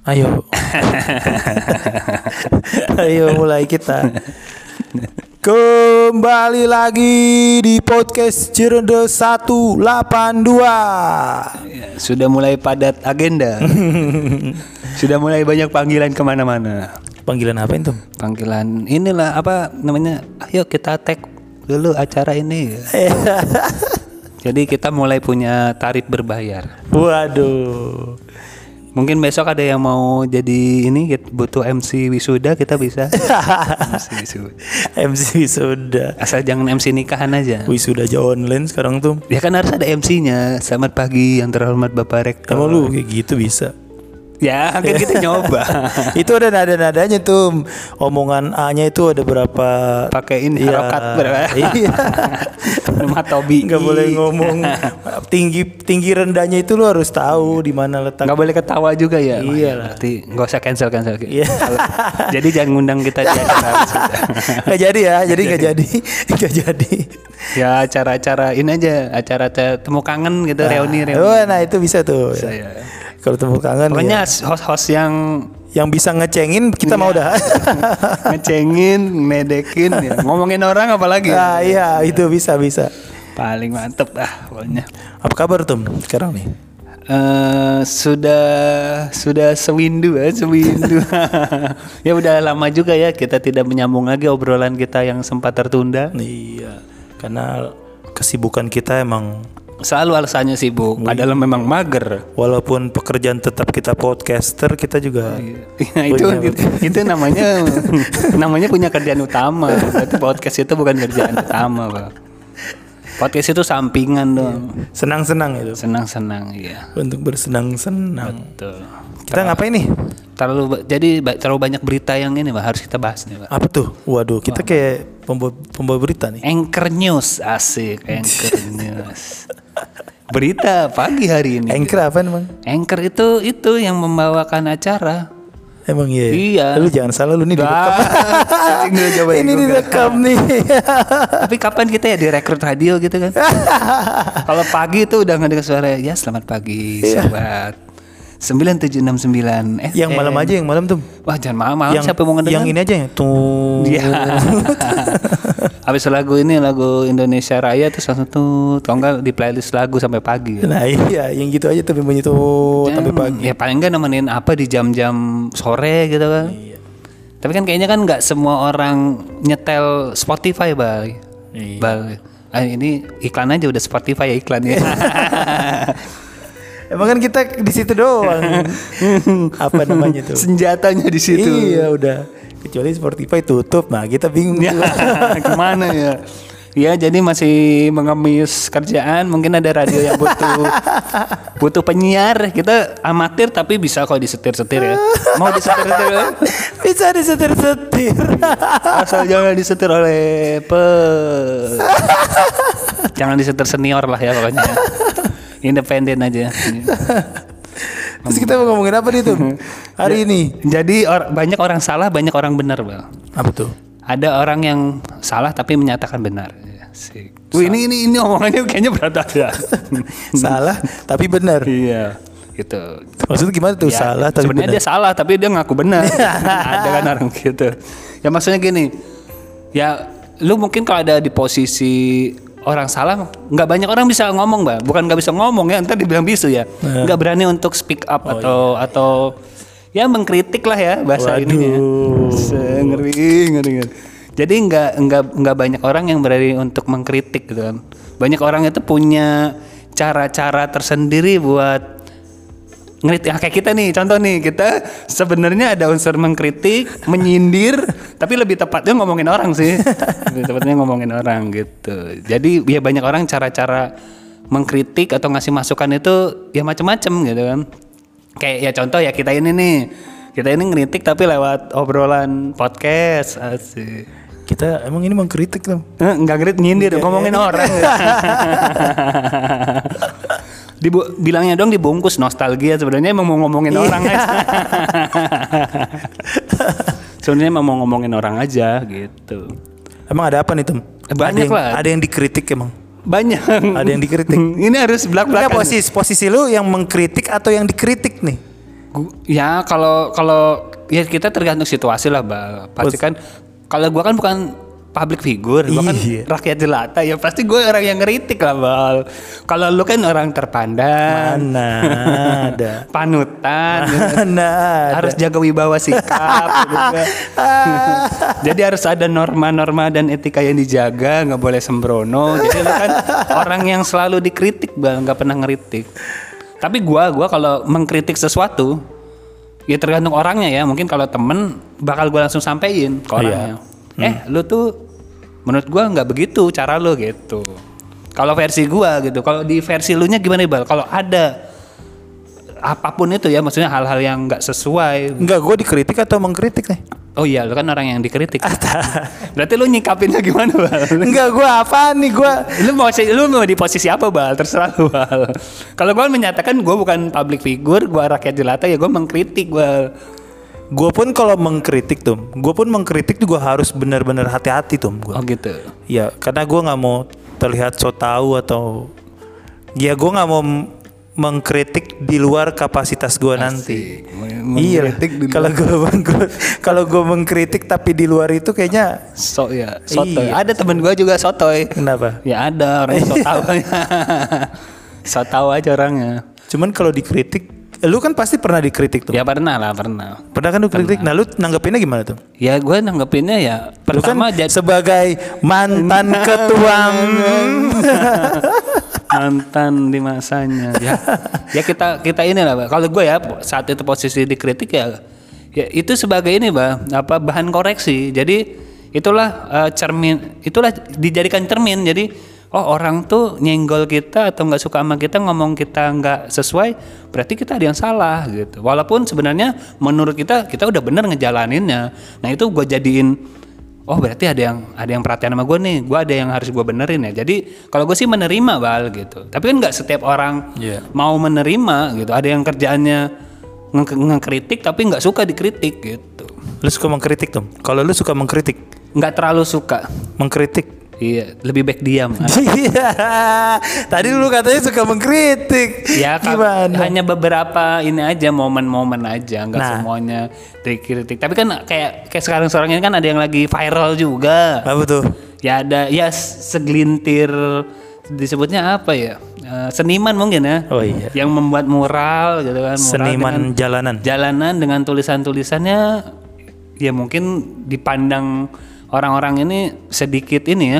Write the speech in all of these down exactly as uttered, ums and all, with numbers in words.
Ayo. Ayo mulai kita. Kembali lagi di podcast Cirende seratus delapan puluh dua. Sudah mulai padat agenda. Sudah mulai banyak panggilan kemana-mana. Panggilan apa itu? Panggilan inilah apa namanya? Ayo kita tag dulu acara ini. Jadi kita mulai punya tarif berbayar. Waduh. Mungkin besok ada yang mau jadi ini butuh M C wisuda, kita bisa. M C wisuda. M C wisuda. Asal jangan M C nikahan aja. Wisuda aja online sekarang tuh. Ya kan harus ada M C-nya. Selamat pagi yang terhormat Bapak Rektor. Emang lu kayak gitu bisa? Ya kan kita nyoba. Itu ada nada-nadanya tuh. Omongan A-nya itu ada berapa? Pakein Iya. harokat berapa? Iya. Rumah Tobi. Nggak boleh ngomong tinggi tinggi rendahnya itu lu harus tahu di mana letak. Nggak boleh ketawa juga ya. Iya lah. Berarti nggak usah cancel cancel. Iya. Jadi jangan ngundang kita di acara wisuda. Nggak jadi ya. Jadi nggak jadi. Nggak jadi. Ya acara-acara ini aja. Acara-acara temu kangen gitu. Nah, reuni reuni. Oh, nah itu bisa tuh. Saya. Kalau temu kangen. Pokoknya ya. host-host yang yang bisa ngecengin kita mau dah. ngecengin, ngedekin, ya. Ngomongin orang apalagi. Nah, iya itu bisa bisa. Paling mantep lah pokoknya. Apa kabar Tum sekarang nih? Uh, sudah sudah sewindu ya sewindu. Ya udah lama juga ya kita tidak menyambung lagi obrolan kita yang sempat tertunda. Iya, karena kesibukan kita emang selalu alasannya sibuk, padahal memang mager. Walaupun pekerjaan tetap kita podcaster, kita juga ya, itu, itu itu namanya namanya punya kerjaan utama. Berarti podcast itu bukan kerjaan utama, Pak. Podcast itu sampingan dong. Senang-senang itu. Senang-senang, iya. Untuk bersenang-senang. Betul. Kita terlalu, ngapain nih? Terlalu jadi terlalu banyak berita yang ini, Pak, harus kita bahas nih, Pak. Apa tuh? Waduh, kita Wah. kayak pembawa, pembawa berita nih. Anchor News, asik, Anchor News. Berita pagi hari ini. Anchor apa emang? Anchor itu itu yang membawakan acara. Emang iya. Iya. Lu jangan salah, lu nih direkam. Ini direkam nih. Tapi kapan kita ya direkrut radio gitu kan? Kalau pagi itu udah ngedengar suara ya selamat pagi sobat. sembilan tujuh enam sembilan F M. Yang malam aja, yang malam tuh. Wah jangan malam-malam, siapa mau ngedengar? Yang ini aja ya. Tuh. Iya. Habis lagu ini lagu Indonesia Raya terus langsung tuh, kalau enggak di playlist lagu sampai pagi. Nah iya, yang gitu aja tuh bunyi tuh ya, sampai pagi. Ya paling enggak nemenin apa di jam-jam sore gitu kan. Iya. Tapi kan kayaknya kan enggak semua orang nyetel Spotify, Bal. Iya. Bal. Ah, ini iklan aja udah Spotify ya iklan ya. Emang kan kita di situ doang. Apa namanya tuh? Senjatanya di situ. Iya udah. Kecuali Spotify tutup, nah kita bingung. Ya, kemana ya? Ya jadi masih mengemis kerjaan. Mungkin ada radio yang butuh butuh penyiar. Kita amatir tapi bisa kok disetir-setir ya. Mau disetir-setir ya? Bisa disetir-setir. Asal jangan disetir oleh pe. Jangan disetir senior lah ya pokoknya. Independen aja. Terus kita mau ngomongin apa nih tuh hari ini? Jadi or, banyak orang salah, banyak orang benar, Bang. Apa tuh? Ada orang yang salah tapi menyatakan benar. Asik. Wih, ini ini ini omongannya kayaknya berat aja. Salah tapi benar. Iya. Gitu. Maksudnya gimana tuh ya, salah tapi sebenarnya benar? Dia salah tapi dia ngaku benar. Ada kan orang gitu. Ya maksudnya gini. Ya lu mungkin kalau ada di posisi orang salah, nggak banyak orang bisa ngomong, Bang. Bukan nggak bisa ngomong ya, ntar dibilang bisu ya. Nggak nah. berani untuk speak up oh, atau iya. atau ya mengkritik lah ya bahasa ini. Ngeri, ngeri, ngeri. Jadi nggak nggak nggak banyak orang yang berani untuk mengkritik gitu kan. Banyak orang itu punya cara-cara tersendiri buat ngeritik. Nah, kayak kita nih, contoh nih, kita sebenarnya ada unsur mengkritik, menyindir, tapi lebih tepatnya ngomongin orang sih. Lebih tepatnya ngomongin orang gitu. Jadi ya banyak orang cara-cara mengkritik atau ngasih masukan itu ya macam-macam gitu kan. Kayak ya contoh ya kita ini nih, kita ini ngeritik tapi lewat obrolan podcast. Asik. Kita emang ini mengkritik loh. Eh, enggak ngeritik, nyindir, ngomongin orang. Dibu- bilangnya dong dibungkus nostalgia, sebenarnya emang mau ngomongin orang aja. Sebenarnya emang mau ngomongin orang aja gitu. Emang ada apa nih Tum? Banyak ada yang, lah. Ada yang dikritik emang. Banyak. Ada yang dikritik. Ini harus belak-belakan. Posisi posisi lu yang mengkritik atau yang dikritik nih? Gu- Ya kalau kalau ya kita tergantung situasi lah, Bal. Pasti kan kalau gua kan bukan public figure, gua kan Iya. rakyat jelata, ya pasti gue orang yang ngeritik lah, Bal. Kalau lu kan orang terpandang, Mana ada. panutan, gitu. Mana ada. Harus jaga wibawa sikap, gitu kan. Jadi harus ada norma-norma dan etika yang dijaga, nggak boleh sembrono. Jadi lu kan orang yang selalu dikritik, Bal, nggak pernah ngeritik. Tapi gua, gua kalau mengkritik sesuatu, ya tergantung orangnya ya. Mungkin kalau temen bakal gua langsung sampein ke orangnya. Iya. Eh, lu tuh menurut gua nggak begitu cara lu gitu. Kalau versi gua gitu. Kalau di versi lu nya gimana, Bal? Kalau ada apapun itu ya, maksudnya hal-hal yang nggak sesuai. Enggak, gue dikritik atau mengkritik nih? Oh iya, lu kan orang yang dikritik. Berarti lu nyikapinnya gimana, Bal? Enggak, gue apa nih? Gue lu mau lu mau di posisi apa, Bal? Terserah lu, Bal. Kalau gua menyatakan gua bukan public figure, gua rakyat jelata, ya gua mengkritik, Bal. gue pun kalau mengkritik tuh, gue pun mengkritik juga harus benar-benar hati-hati tuh. Gua. Oh gitu. Ya, karena gue nggak mau terlihat so tahu atau ya gue nggak mau m- mengkritik di luar kapasitas gue nanti. Meng- Iya, mengkritik di kalau gue mengkritik, kalau gue mengkritik tapi di luar itu kayaknya So ya, sotoy. Iya. Ada temen gua juga sotoy. kenapa? Ya ada orang so tahu. So tahu aja orangnya. Cuman kalau dikritik, lu kan pasti pernah dikritik tuh. Ya pernah lah, pernah. Pernah kan lu kritik? Nah, lu nanggepinnya gimana tuh? Ya gue nanggepinnya ya Lu kan pertama jad- sebagai mantan ketuang. mantan di masanya. Ya, ya kita kita ini lah, Pak. Kalau gue ya saat itu posisi dikritik ya, ya itu sebagai ini, Pak, apa bahan koreksi. Jadi itulah eh, cermin, itulah dijadikan cermin. Jadi oh orang tuh nyenggol kita atau nggak suka sama kita, ngomong kita nggak sesuai, berarti kita ada yang salah gitu. Walaupun sebenarnya menurut kita kita udah bener ngejalaninnya. Nah itu gue jadiin, oh berarti ada yang ada yang perhatian sama gue nih, gue ada yang harus gue benerin ya. Jadi kalau gue sih menerima, Bal, gitu. Tapi kan nggak setiap orang Iya. mau menerima gitu. Ada yang kerjaannya nge- ngekritik tapi nggak suka dikritik gitu. Lu suka mengkritik tuh? Kalau lu suka mengkritik, Nggak terlalu suka. mengkritik. Iya, lebih baik diam. Iya. Tadi lu katanya suka mengkritik. Ya ka- Gimana? hanya beberapa ini aja, momen-momen aja, nggak Nah. semuanya dikritik. Tapi kan kayak kayak sekarang sekarang ini kan ada yang lagi viral juga. Apa tuh? Ya ada ya segelintir, disebutnya apa ya, Eh, seniman mungkin ya. Oh iya. Yang membuat mural gitu kan. Mural Seniman dengan jalanan. jalanan dengan tulisan-tulisannya ya mungkin dipandang orang-orang ini sedikit ini ya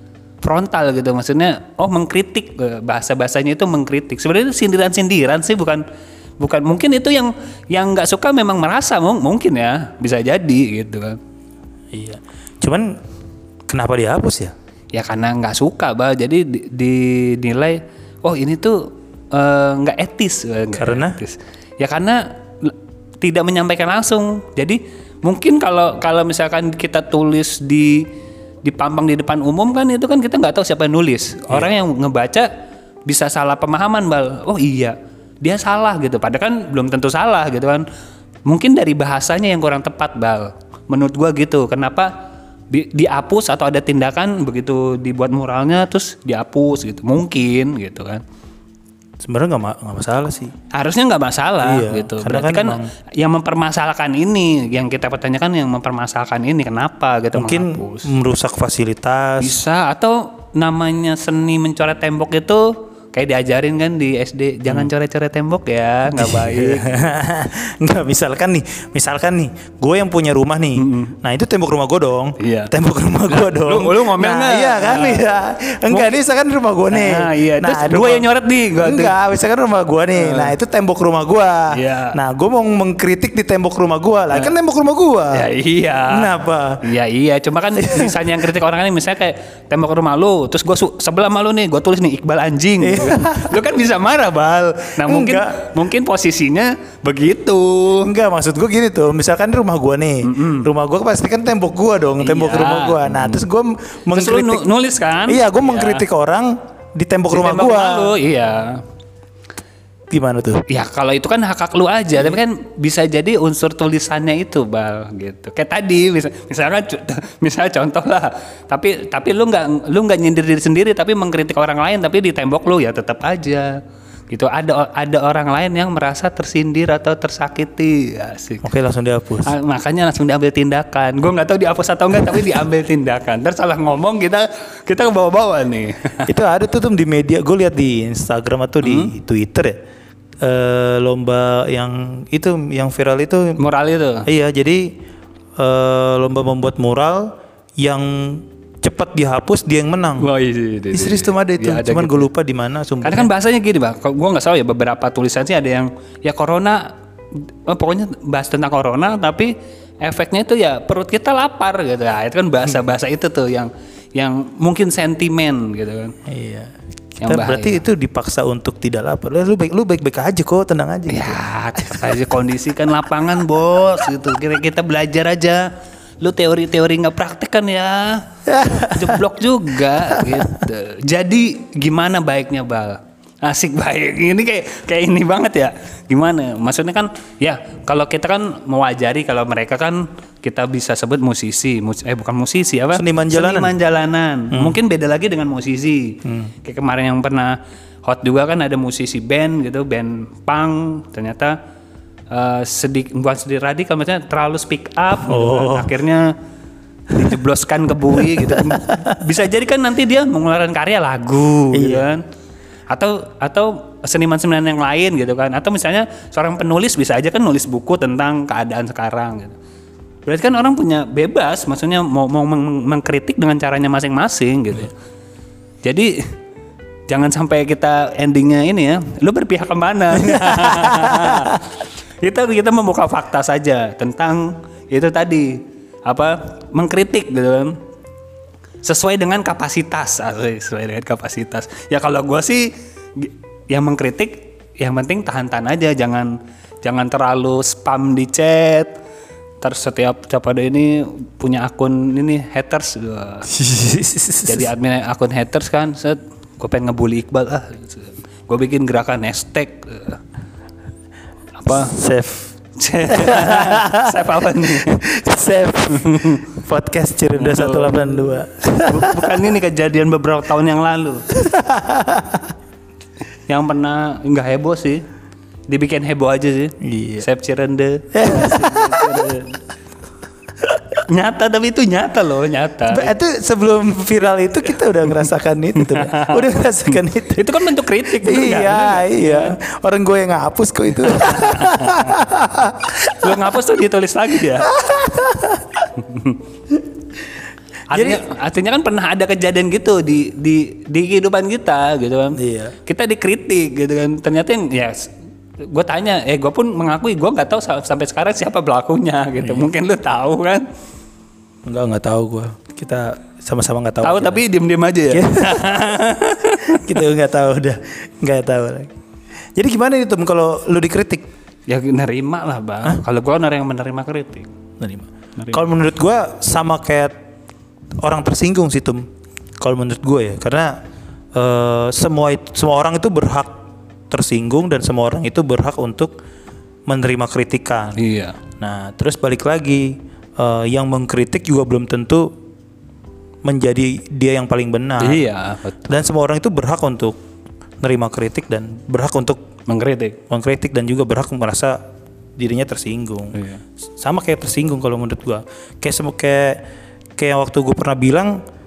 frontal gitu, maksudnya oh mengkritik, bahasa-bahasanya itu mengkritik. Sebenarnya itu sindiran-sindiran sih, bukan bukan mungkin itu yang yang nggak suka memang merasa mung- mungkin ya bisa jadi gitu kan. Iya. Cuman kenapa dihapus ya? Ya karena nggak suka, Bal. Jadi di- dinilai oh ini tuh eh, nggak etis. eh, nggak Karena? etis. Ya karena l- tidak menyampaikan langsung. Jadi mungkin kalau kalau misalkan kita tulis di dipampang di depan umum kan, itu kan kita nggak tahu siapa yang nulis. Orang yang ngebaca bisa salah pemahaman, Bal. Oh iya, dia salah gitu. Padahal kan belum tentu salah gitu kan. Mungkin dari bahasanya yang kurang tepat, Bal. Menurut gua gitu. Kenapa di, dihapus atau ada tindakan begitu dibuat muralnya terus dihapus gitu? Mungkin gitu kan. Sebenarnya nggak ma- nggak masalah sih. Harusnya nggak masalah Iya, gitu. karena Berarti kan kan, emang- yang mempermasalahkan ini, yang kita pertanyakan yang mempermasalahkan ini kenapa gitu Mungkin menghapus. merusak fasilitas. Bisa, atau namanya seni mencoret tembok itu kayak diajarin kan di S D, jangan Hmm. coret-coret tembok ya, nggak baik. Nggak, misalkan nih, misalkan nih, gue yang punya rumah nih. Nah itu tembok rumah gue dong. Iya. Tembok rumah gue dong. lu- lu ngomel nah, nggak? Iya kan, Nah. iya. Enggak, ini misalkan rumah gue nih. Nah, iya. Terus Nah, gue rumah- yang nyoret nih, gua- Enggak, misalkan rumah gue nih. Nah itu tembok rumah gue. Iya. Nah gue mau mengkritik di tembok rumah gue. Lah kan tembok rumah gue. Ya iya. Kenapa? Iya iya, cuma kan misalnya yang kritik orang lain, misalnya kayak tembok rumah lu, terus gue su- sebelah sama lu nih, gue tulis nih Iqbal anjing. Iya. gitu kan. Lu kan bisa marah, Bal. Nah mungkin Enggak. mungkin posisinya begitu. Enggak, maksud gue gini tuh. Misalkan di rumah gue nih. Rumah gue pasti kan tembok gue dong. Tembok Iya. rumah gue. Nah terus gue Terus lu mengkritik. nu- nulis kan? Iya, gue mengkritik orang di tembok Di rumah tembok gue. lu, iya. Gimana tuh? Ya kalau itu kan hak hak lu aja, tapi kan bisa jadi unsur tulisannya itu, Bal, gitu. Kayak tadi, misal, misalkan, co- misalnya contoh lah, tapi tapi lu nggak lu nggak nyindir diri sendiri, tapi mengkritik orang lain, tapi di tembok lu ya tetap aja, Itu ada ada orang lain yang merasa tersindir atau tersakiti. Asik. Oke, langsung dihapus. Ah, makanya langsung diambil tindakan. Gue nggak tahu dihapus atau enggak, tapi diambil tindakan. Terus salah ngomong kita kita ke bawah-bawah nih. Itu ada tuh tuh di media, gue lihat di Instagram atau di hmm? Twitter ya. Uh, lomba yang itu yang viral itu. Mural itu. Iya, jadi uh, lomba membuat mural yang cepat dihapus dia yang menang. Wah, iya, iya, iya. Serius tuh ada itu. Ya, ada Cuman gitu. Gue lupa di mana sumbernya. Karena kan bahasanya gini, Bang. Gue nggak tahu ya, beberapa tulisan sih ada yang ya corona, oh, pokoknya bahas tentang corona, tapi efeknya itu ya perut kita lapar gitu. Nah, itu kan bahasa-bahasa itu tuh yang yang mungkin sentimen gitu kan. Iya. Kita berarti itu dipaksa untuk tidak lapar. Lu baik lu baik-baik aja kok, tenang aja. Ya, gitu. Aja kondisi kan lapangan, Bos gitu. Kira kita belajar aja. Lu teori-teori nggak praktek kan ya, jeblok juga gitu. Jadi gimana baiknya, Bal? Asik baik. Ini kayak kayak ini banget ya. Gimana? Maksudnya kan ya kalau kita kan mewajari kalau mereka kan kita bisa sebut musisi, mus- eh bukan musisi apa? Seniman jalanan. Seniman jalanan. Hmm. Mungkin beda lagi dengan musisi. Hmm. Kayak kemarin yang pernah hot juga kan ada musisi band gitu, band punk. Ternyata Uh, sedikit bukan sedikit radikal, maksudnya terlalu speak up, oh. gitu kan. Akhirnya dijebloskan ke bui gitu. Bisa jadi kan nanti dia mengeluarkan karya lagu, gitu kan. Atau atau seniman-seniman yang lain gitu kan. Atau misalnya seorang penulis bisa aja kan nulis buku tentang keadaan sekarang gitu. Berarti kan orang punya bebas, maksudnya mau mau meng- mengkritik dengan caranya masing-masing gitu. Jadi jangan sampai kita endingnya ini ya, lu berpihak kemana? kita kita membuka fakta saja tentang itu tadi apa mengkritik gitu kan, sesuai dengan kapasitas, sesuai dengan kapasitas. Ya kalau gue sih yang mengkritik, yang penting tahan-tahan aja, jangan jangan terlalu spam di chat. Terus setiap pada ini punya akun ini haters, jadi admin akun haters kan, set gue pengen ngebully Iqbal ah, gue bikin gerakan hashtag apa save save apa nih save podcast Cirenda seratus delapan puluh dua. Bukan ini kejadian beberapa tahun yang lalu yang pernah nggak heboh sih, dibikin heboh aja sih. Iya. Save Cirenda. Nyata, tapi itu nyata loh, nyata. Itu sebelum viral itu kita udah ngerasakan itu tuh. Udah ngerasakan itu. Itu kan bentuk kritik. Iya, kan? Iya. Orang gue yang ngapus kok itu. Lu ngapus tuh ditulis lagi dia. Artinya, Jadi, artinya kan pernah ada kejadian gitu di di di kehidupan kita gitu kan. Iya. Kita dikritik gitu kan. Ternyata yang ya gue tanya, eh gue pun mengakui gue nggak tahu sampai sekarang siapa pelakunya gitu. Iya. Mungkin lu tahu kan? Enggak, nggak tahu gue. Kita sama-sama nggak tahu. Tahu tapi diem-diem aja ya. Kita nggak tahu udah, nggak tahu. Jadi gimana itu kalau lu dikritik? Ya nerima lah bang. Kalau gue orang yang menerima kritik. Nerima. nerima. Kalau menurut gue sama kayak orang tersinggung sih Tum. Kalau menurut gue ya, karena uh, semua itu, semua orang itu berhak tersinggung dan semua orang itu berhak untuk menerima kritikan. Iya. Nah terus balik lagi. Uh, yang mengkritik juga belum tentu menjadi dia yang paling benar. Iya, betul. Dan semua orang itu berhak untuk menerima kritik dan berhak untuk mengkritik, mengkritik dan juga berhak merasa dirinya tersinggung. Iya. Sama kayak tersinggung kalau menurut gua. Kayak semua kayak kayak waktu gua pernah bilang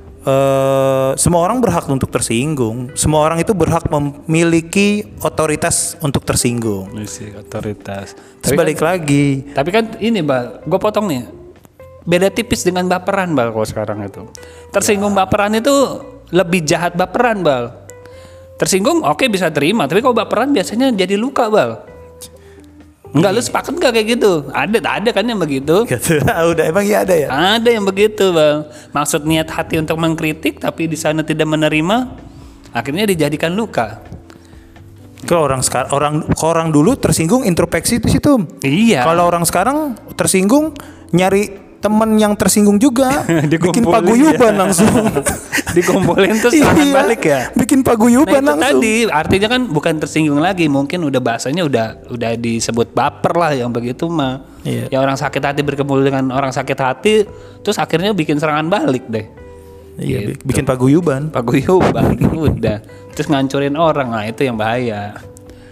uh, semua orang berhak untuk tersinggung. Semua orang itu berhak memiliki otoritas untuk tersinggung. Isi otoritas. Terus tapi balik kan, lagi. Tapi kan ini, Bal, gua potong nih. Beda tipis dengan baperan, Bal, kalau sekarang itu. Tersinggung ya. Baperan itu lebih jahat baperan, Bal. Tersinggung oke okay, bisa terima, tapi kalau baperan biasanya jadi luka, Bal. Enggak, hmm. Lu sepakat enggak kayak gitu? Ada, ada kan yang begitu? Udah emang ya ada ya? Ada yang begitu, Bal. Maksud niat hati untuk mengkritik tapi di sana tidak menerima, akhirnya dijadikan luka. Kalau orang sekarang orang orang dulu tersinggung introspeksi itu situ. Iya. Kalau orang sekarang tersinggung nyari teman yang tersinggung juga, bikin paguyuban ya. Langsung. Dikumpulin terus serangan iya, balik ya. Bikin paguyuban nah, langsung. Tadi artinya kan bukan tersinggung lagi, mungkin udah bahasanya udah udah disebut baper lah yang begitu mah. Iya. Ya orang sakit hati berkumpul dengan orang sakit hati, terus akhirnya bikin serangan balik deh. Iya, gitu. Bikin paguyuban. Paguyuban udah. Terus ngancurin orang, nah itu yang bahaya.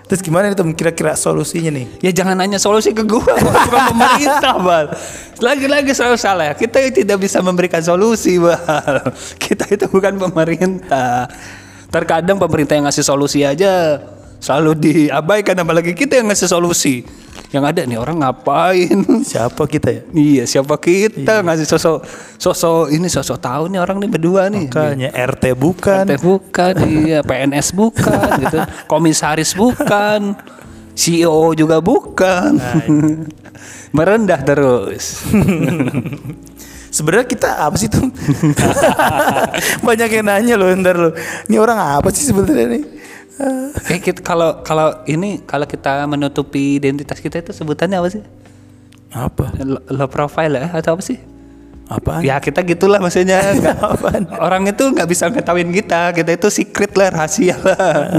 Terus gimana nih Tom kira-kira solusinya nih? Ya jangan nanya solusi ke gua, bukan pemerintah, Bal. Lagi-lagi selalu salah. Kita tidak bisa memberikan solusi, Bal. Kita itu bukan pemerintah. Terkadang pemerintah yang ngasih solusi aja selalu diabaikan, apalagi kita yang ngasih solusi. Yang ada nih orang ngapain? Siapa kita ya? Iya, siapa kita ngasih sosok sosok ini sosok tahu nih orang nih berdua nih. Makanya R T bukan. R T bukan, iya, P N S bukan gitu. Komisaris bukan. C E O juga bukan. Merendah terus. Sebenarnya kita apa sih tuh? Banyak yang nanya loh ntar lo. Ini orang apa sih sebenarnya nih? Kayak kita kalau kalau ini kalau kita menutupi identitas kita itu sebutannya apa sih? Apa? Low, low profile ya atau apa sih? Apaan? Ya kita gitulah maksudnya. Apaan? Orang itu nggak bisa ngetahuin kita. Kita itu secret lah, rahasia lah.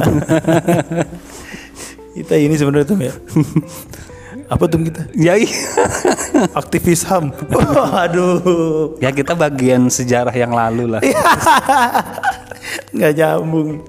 Kita ini sebenarnya tuh ya. Apa tuh kita? Ya iya. Aktivis H A M. Aduh. Ya kita bagian sejarah yang lalu lah. Nggak nyambung.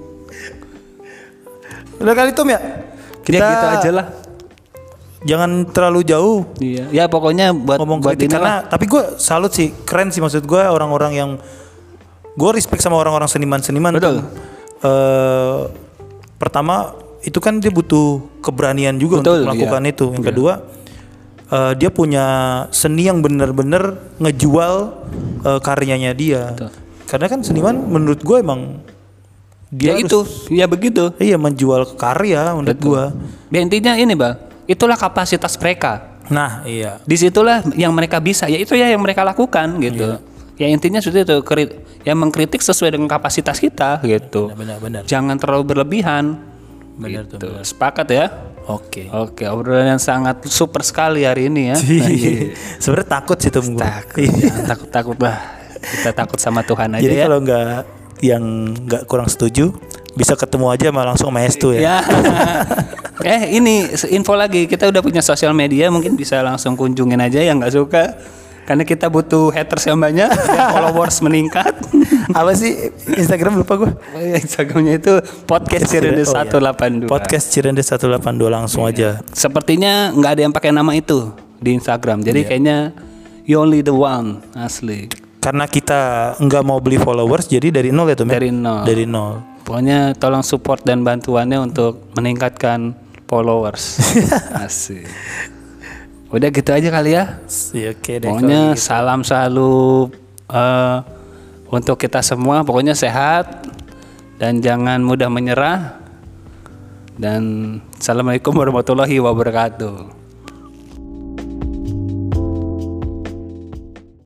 Udah kali Tom ya? Kita ya, gitu aja lah. Jangan terlalu jauh. Iya. Ya pokoknya buat ngomong buat kritik karena tapi gue salut sih, keren sih maksud gue orang-orang yang gue respect sama orang-orang seniman-seniman. Betul. Uh, pertama itu kan dia butuh keberanian juga. Betul, untuk melakukan iya. itu. Yang iya. kedua uh, dia punya seni yang benar-benar ngejual uh, karyanya dia. Betul. Karena kan seniman menurut gue emang dia ya harus, itu, ya begitu. Iya menjual karya menurut gue. Ya, intinya ini bang, itulah kapasitas mereka. Nah iya. Disitulah yang mereka bisa, ya itu ya yang mereka lakukan gitu. Iya. Ya intinya sudah itu, yang mengkritik sesuai dengan kapasitas kita gitu. Benar-benar. Jangan terlalu berlebihan. Benar gitu. tuh. Benar. Sepakat ya? Oke. Oke, obrolan yang sangat super sekali hari ini ya. Sebenarnya takut sih tuh. Takut, ya, takut-takut lah. Kita takut sama Tuhan aja. Jadi ya. kalau nggak yang nggak kurang setuju bisa ketemu aja malah langsung sama Estu ya. ya. Eh ini info lagi, kita udah punya sosial media, mungkin bisa langsung kunjungin aja yang nggak suka. Karena kita butuh haters yang banyak, biar followers meningkat. Apa sih Instagram lupa gue? Instagramnya itu podcast Cirende seratus delapan puluh dua. Podcast Cirende seratus delapan puluh dua langsung aja. Sepertinya nggak ada yang pakai nama itu di Instagram. Jadi yeah. kayaknya you only the one asli. Karena kita nggak mau beli followers, jadi dari nol ya tuh. Dari nol. Dari nol. Pokoknya tolong support dan bantuannya untuk meningkatkan followers. Asik. Udah gitu aja kali ya. Ya, oke deh. Pokoknya gitu. salam selalu uh, untuk kita semua. Pokoknya sehat dan jangan mudah menyerah. Dan assalamualaikum warahmatullahi wabarakatuh.